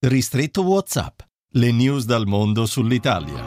Ristretto WhatsApp. Le news dal mondo sull'Italia.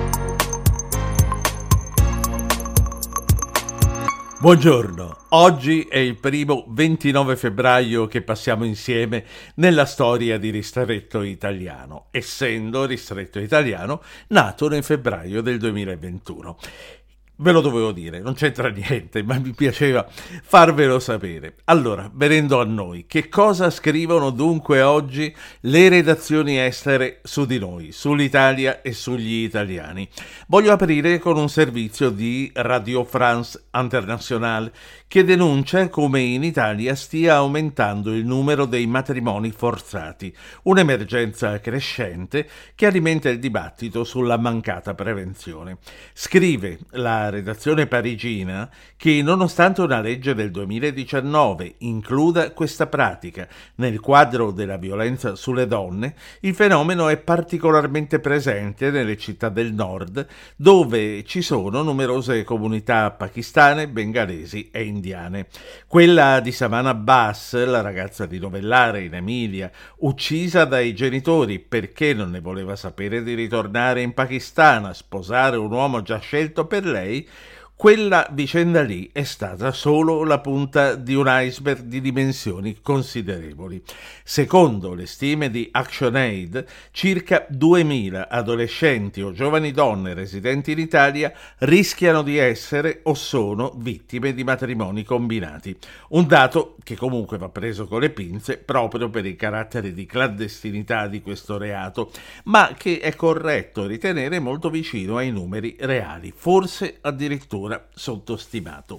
Buongiorno, oggi è il primo 29 febbraio che passiamo insieme nella storia di Ristretto Italiano, essendo Ristretto Italiano nato nel febbraio del 2021. Ve lo dovevo dire, non c'entra niente, ma mi piaceva farvelo sapere. Allora, venendo a noi, che cosa scrivono dunque oggi le redazioni estere su di noi, sull'Italia e sugli italiani? Voglio aprire con un servizio di Radio France Internationale che denuncia come in Italia stia aumentando il numero dei matrimoni forzati, un'emergenza crescente che alimenta il dibattito sulla mancata prevenzione. Scrive la redazione parigina che nonostante una legge del 2019 includa questa pratica nel quadro della violenza sulle donne, il fenomeno è particolarmente presente nelle città del nord, dove ci sono numerose comunità pakistane, bengalesi e indiane. Quella di Saman Abbas, la ragazza di Novellare in Emilia, uccisa dai genitori perché non ne voleva sapere di ritornare in Pakistan a sposare un uomo già scelto per lei, quella vicenda lì è stata solo la punta di un iceberg di dimensioni considerevoli. Secondo le stime di ActionAid, circa 2000 adolescenti o giovani donne residenti in Italia rischiano di essere o sono vittime di matrimoni combinati. Un dato che comunque va preso con le pinze proprio per il carattere di clandestinità di questo reato, ma che è corretto ritenere molto vicino ai numeri reali, forse addirittura sottostimato.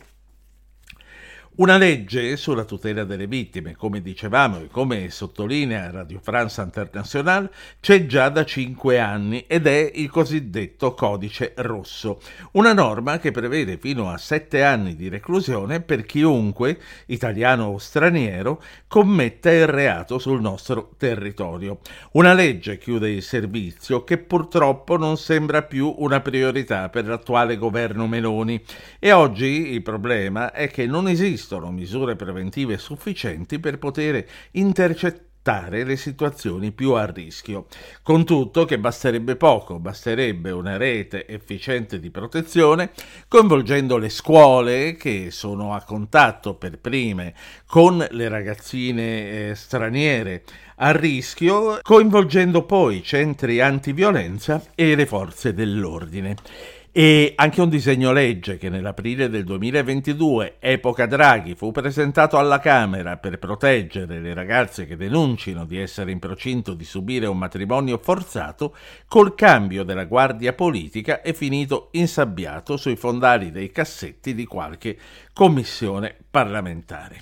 Una legge sulla tutela delle vittime, come dicevamo e come sottolinea Radio France Internationale, c'è già da 5 anni ed è il cosiddetto Codice Rosso, una norma che prevede fino a 7 anni di reclusione per chiunque, italiano o straniero, commetta il reato sul nostro territorio. Una legge, chiude il servizio, che purtroppo non sembra più una priorità per l'attuale governo Meloni e oggi il problema è che non esistono misure preventive sufficienti per poter intercettare le situazioni più a rischio. Con tutto che basterebbe poco, basterebbe una rete efficiente di protezione, coinvolgendo le scuole che sono a contatto per prime con le ragazzine straniere a rischio, coinvolgendo poi centri antiviolenza e le forze dell'ordine. E anche un disegno legge che nell'aprile del 2022, epoca Draghi, fu presentato alla Camera per proteggere le ragazze che denuncino di essere in procinto di subire un matrimonio forzato, col cambio della guardia politica è finito insabbiato sui fondali dei cassetti di qualche commissione parlamentare.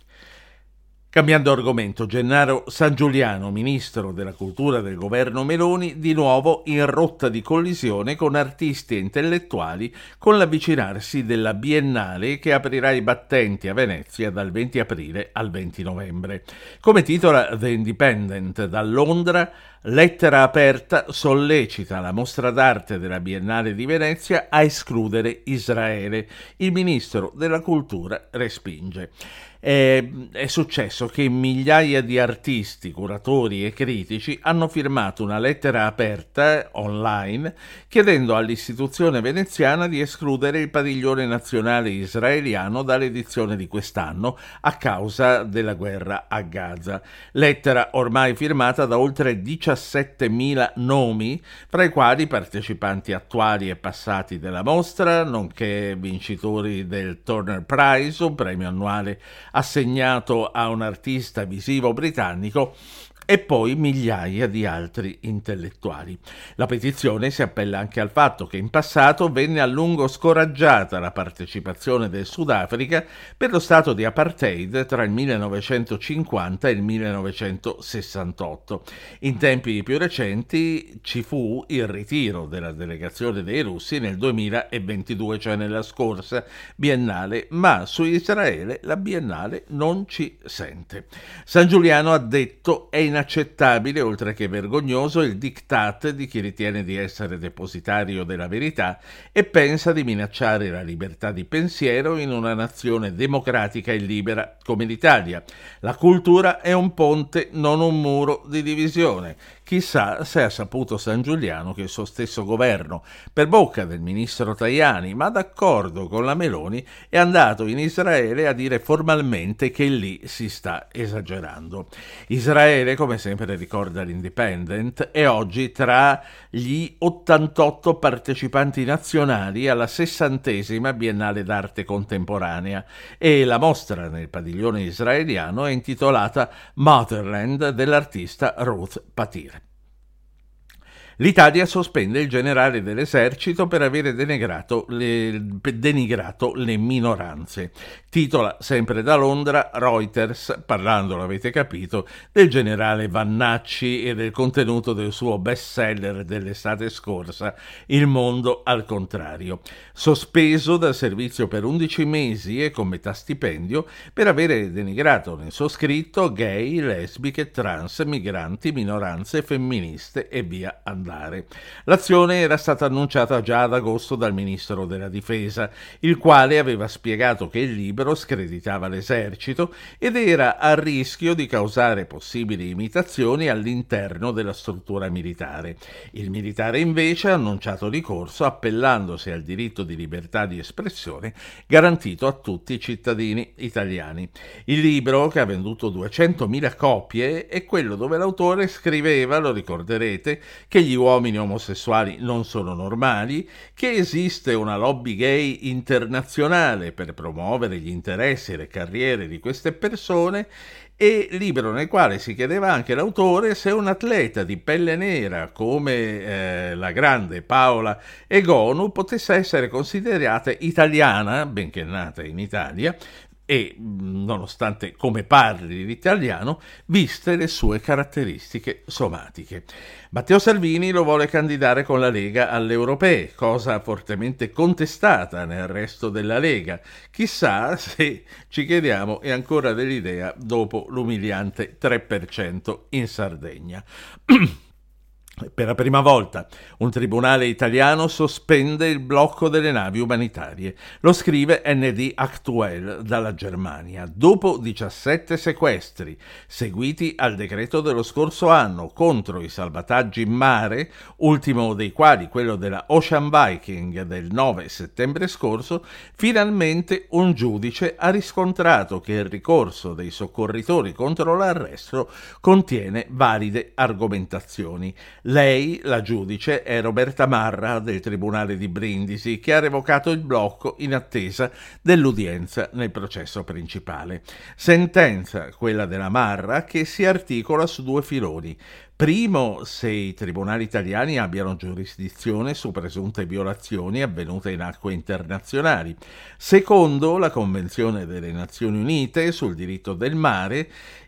Cambiando argomento, Gennaro Sangiuliano, ministro della cultura del governo Meloni, di nuovo in rotta di collisione con artisti e intellettuali con l'avvicinarsi della Biennale che aprirà i battenti a Venezia dal 20 aprile al 20 novembre. Come titola The Independent da Londra, lettera aperta sollecita la mostra d'arte della Biennale di Venezia a escludere Israele. Il ministro della cultura respinge. È successo che migliaia di artisti, curatori e critici hanno firmato una lettera aperta online chiedendo all'istituzione veneziana di escludere il padiglione nazionale israeliano dall'edizione di quest'anno a causa della guerra a Gaza. Lettera ormai firmata da oltre 17.000 nomi, fra i quali partecipanti attuali e passati della mostra, nonché vincitori del Turner Prize, un premio annuale assegnato a un artista visivo britannico, e poi migliaia di altri intellettuali. La petizione si appella anche al fatto che in passato venne a lungo scoraggiata la partecipazione del Sudafrica per lo stato di apartheid tra il 1950 e il 1968. In tempi più recenti ci fu il ritiro della delegazione dei russi nel 2022, cioè nella scorsa Biennale, ma su Israele la Biennale non ci sente. Sangiuliano ha detto: è inaccettabile, oltre che vergognoso, il diktat di chi ritiene di essere depositario della verità e pensa di minacciare la libertà di pensiero in una nazione democratica e libera come l'Italia. La cultura è un ponte, non un muro di divisione. Chissà se ha saputo San Giuliano che il suo stesso governo, per bocca del ministro Tajani, ma d'accordo con la Meloni, è andato in Israele a dire formalmente che lì si sta esagerando. Israele, come sempre ricorda l'Independent, è oggi tra gli 88 partecipanti nazionali alla 60ª Biennale d'Arte Contemporanea e la mostra nel padiglione israeliano è intitolata Motherland dell'artista Ruth Patir. L'Italia sospende il generale dell'esercito per avere denigrato le minoranze. Titola sempre da Londra Reuters, parlando, l'avete capito, del generale Vannacci e del contenuto del suo bestseller dell'estate scorsa, Il mondo al contrario. Sospeso dal servizio per 11 mesi e con metà stipendio per avere denigrato nel suo scritto gay, lesbiche, trans, migranti, minoranze, femministe e via andando. L'azione era stata annunciata già ad agosto dal ministro della Difesa, il quale aveva spiegato che il libro screditava l'esercito ed era a rischio di causare possibili imitazioni all'interno della struttura militare. Il militare invece ha annunciato ricorso appellandosi al diritto di libertà di espressione garantito a tutti i cittadini italiani. Il libro, che ha venduto 200.000 copie, è quello dove l'autore scriveva, lo ricorderete, che gli uomini omosessuali non sono normali, che esiste una lobby gay internazionale per promuovere gli interessi e le carriere di queste persone, e libro nel quale si chiedeva anche l'autore se un atleta di pelle nera come la grande Paola Egonu potesse essere considerata italiana, benché nata in Italia, e nonostante come parli l'italiano, viste le sue caratteristiche somatiche. Matteo Salvini lo vuole candidare con la Lega alle europee, cosa fortemente contestata nel resto della Lega. Chissà se, ci chiediamo, è ancora dell'idea dopo l'umiliante 3% in Sardegna. Per la prima volta un tribunale italiano sospende il blocco delle navi umanitarie. Lo scrive ND Aktuell dalla Germania. Dopo 17 sequestri seguiti al decreto dello scorso anno contro i salvataggi in mare, ultimo dei quali quello della Ocean Viking del 9 settembre scorso, finalmente un giudice ha riscontrato che il ricorso dei soccorritori contro l'arresto contiene valide argomentazioni. Lei, la giudice, è Roberta Marra del Tribunale di Brindisi, che ha revocato il blocco in attesa dell'udienza nel processo principale. Sentenza, quella della Marra, che si articola su due filoni. Primo, se i tribunali italiani abbiano giurisdizione su presunte violazioni avvenute in acque internazionali. Secondo, la Convenzione delle Nazioni Unite sul diritto del mare,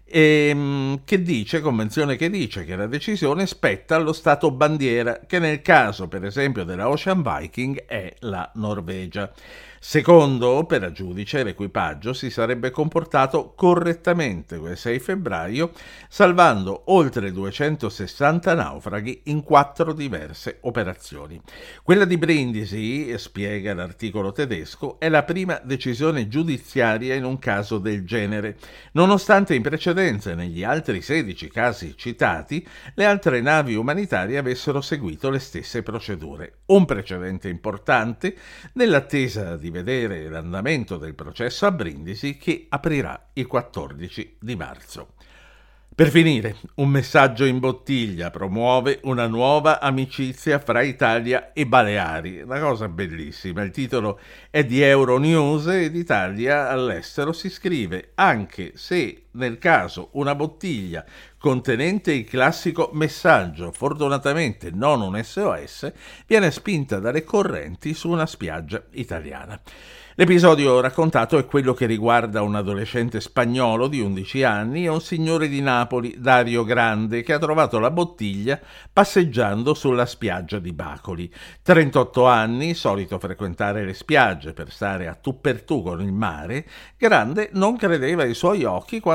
convenzione che dice che la decisione spetta allo Stato bandiera, che nel caso per esempio della Ocean Viking è la Norvegia. Secondo, per la giudice, l'equipaggio si sarebbe comportato correttamente quel 6 febbraio, salvando oltre 260 naufraghi in 4 diverse operazioni. Quella di Brindisi, spiega l'articolo tedesco, è la prima decisione giudiziaria in un caso del genere, nonostante in precedenza negli altri 16 casi citati le altre navi umanitarie avessero seguito le stesse procedure. Un precedente importante nell'attesa di vedere l'andamento del processo a Brindisi, che aprirà il 14 di marzo. Per finire, un messaggio in bottiglia promuove una nuova amicizia fra Italia e Baleari, una cosa bellissima. Il titolo è di Euronews ed Italia all'estero si scrive: anche se nel caso una bottiglia contenente il classico messaggio, fortunatamente non un SOS, viene spinta dalle correnti su una spiaggia italiana. L'episodio raccontato è quello che riguarda un adolescente spagnolo di 11 anni e un signore di Napoli, Dario Grande, che ha trovato la bottiglia passeggiando sulla spiaggia di Bacoli. 38 anni, solito frequentare le spiagge per stare a tu per tu con il mare, Grande non credeva ai suoi occhi quando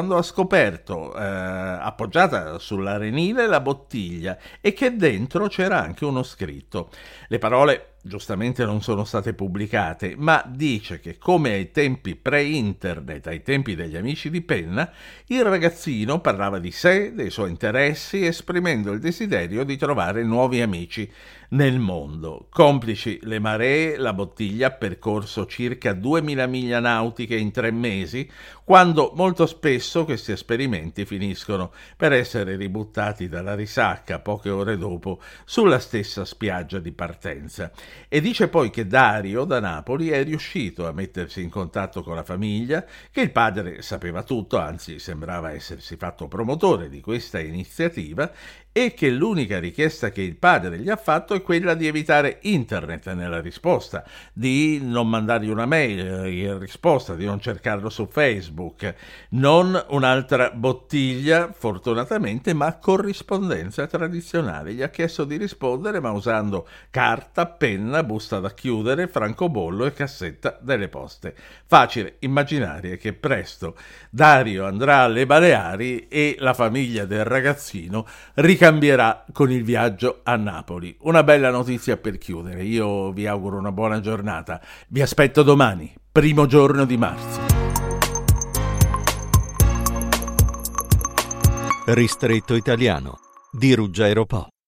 quando ha scoperto, appoggiata sull'arenile, la bottiglia e che dentro c'era anche uno scritto. Le parole giustamente non sono state pubblicate, ma dice che come ai tempi pre-internet, ai tempi degli amici di penna, il ragazzino parlava di sé, dei suoi interessi, esprimendo il desiderio di trovare nuovi amici nel mondo. Complici le maree, la bottiglia ha percorso circa 2000 miglia nautiche in 3 mesi, quando molto spesso questi esperimenti finiscono per essere ributtati dalla risacca poche ore dopo sulla stessa spiaggia di partenza. E dice poi che Dario da Napoli è riuscito a mettersi in contatto con la famiglia, che il padre sapeva tutto, anzi sembrava essersi fatto promotore di questa iniziativa, e che l'unica richiesta che il padre gli ha fatto è quella di evitare internet nella risposta, di non mandargli una mail in risposta, di non cercarlo su Facebook, non un'altra bottiglia, fortunatamente, ma corrispondenza tradizionale. Gli ha chiesto di rispondere, ma usando carta, penna, busta da chiudere, francobollo e cassetta delle poste. Facile immaginare che presto Dario andrà alle Baleari e la famiglia del ragazzino ricambierà con il viaggio a Napoli. Una bella notizia per chiudere. Io vi auguro una buona giornata. Vi aspetto domani, primo giorno di marzo. Ristretto Italiano di Ruggero Po.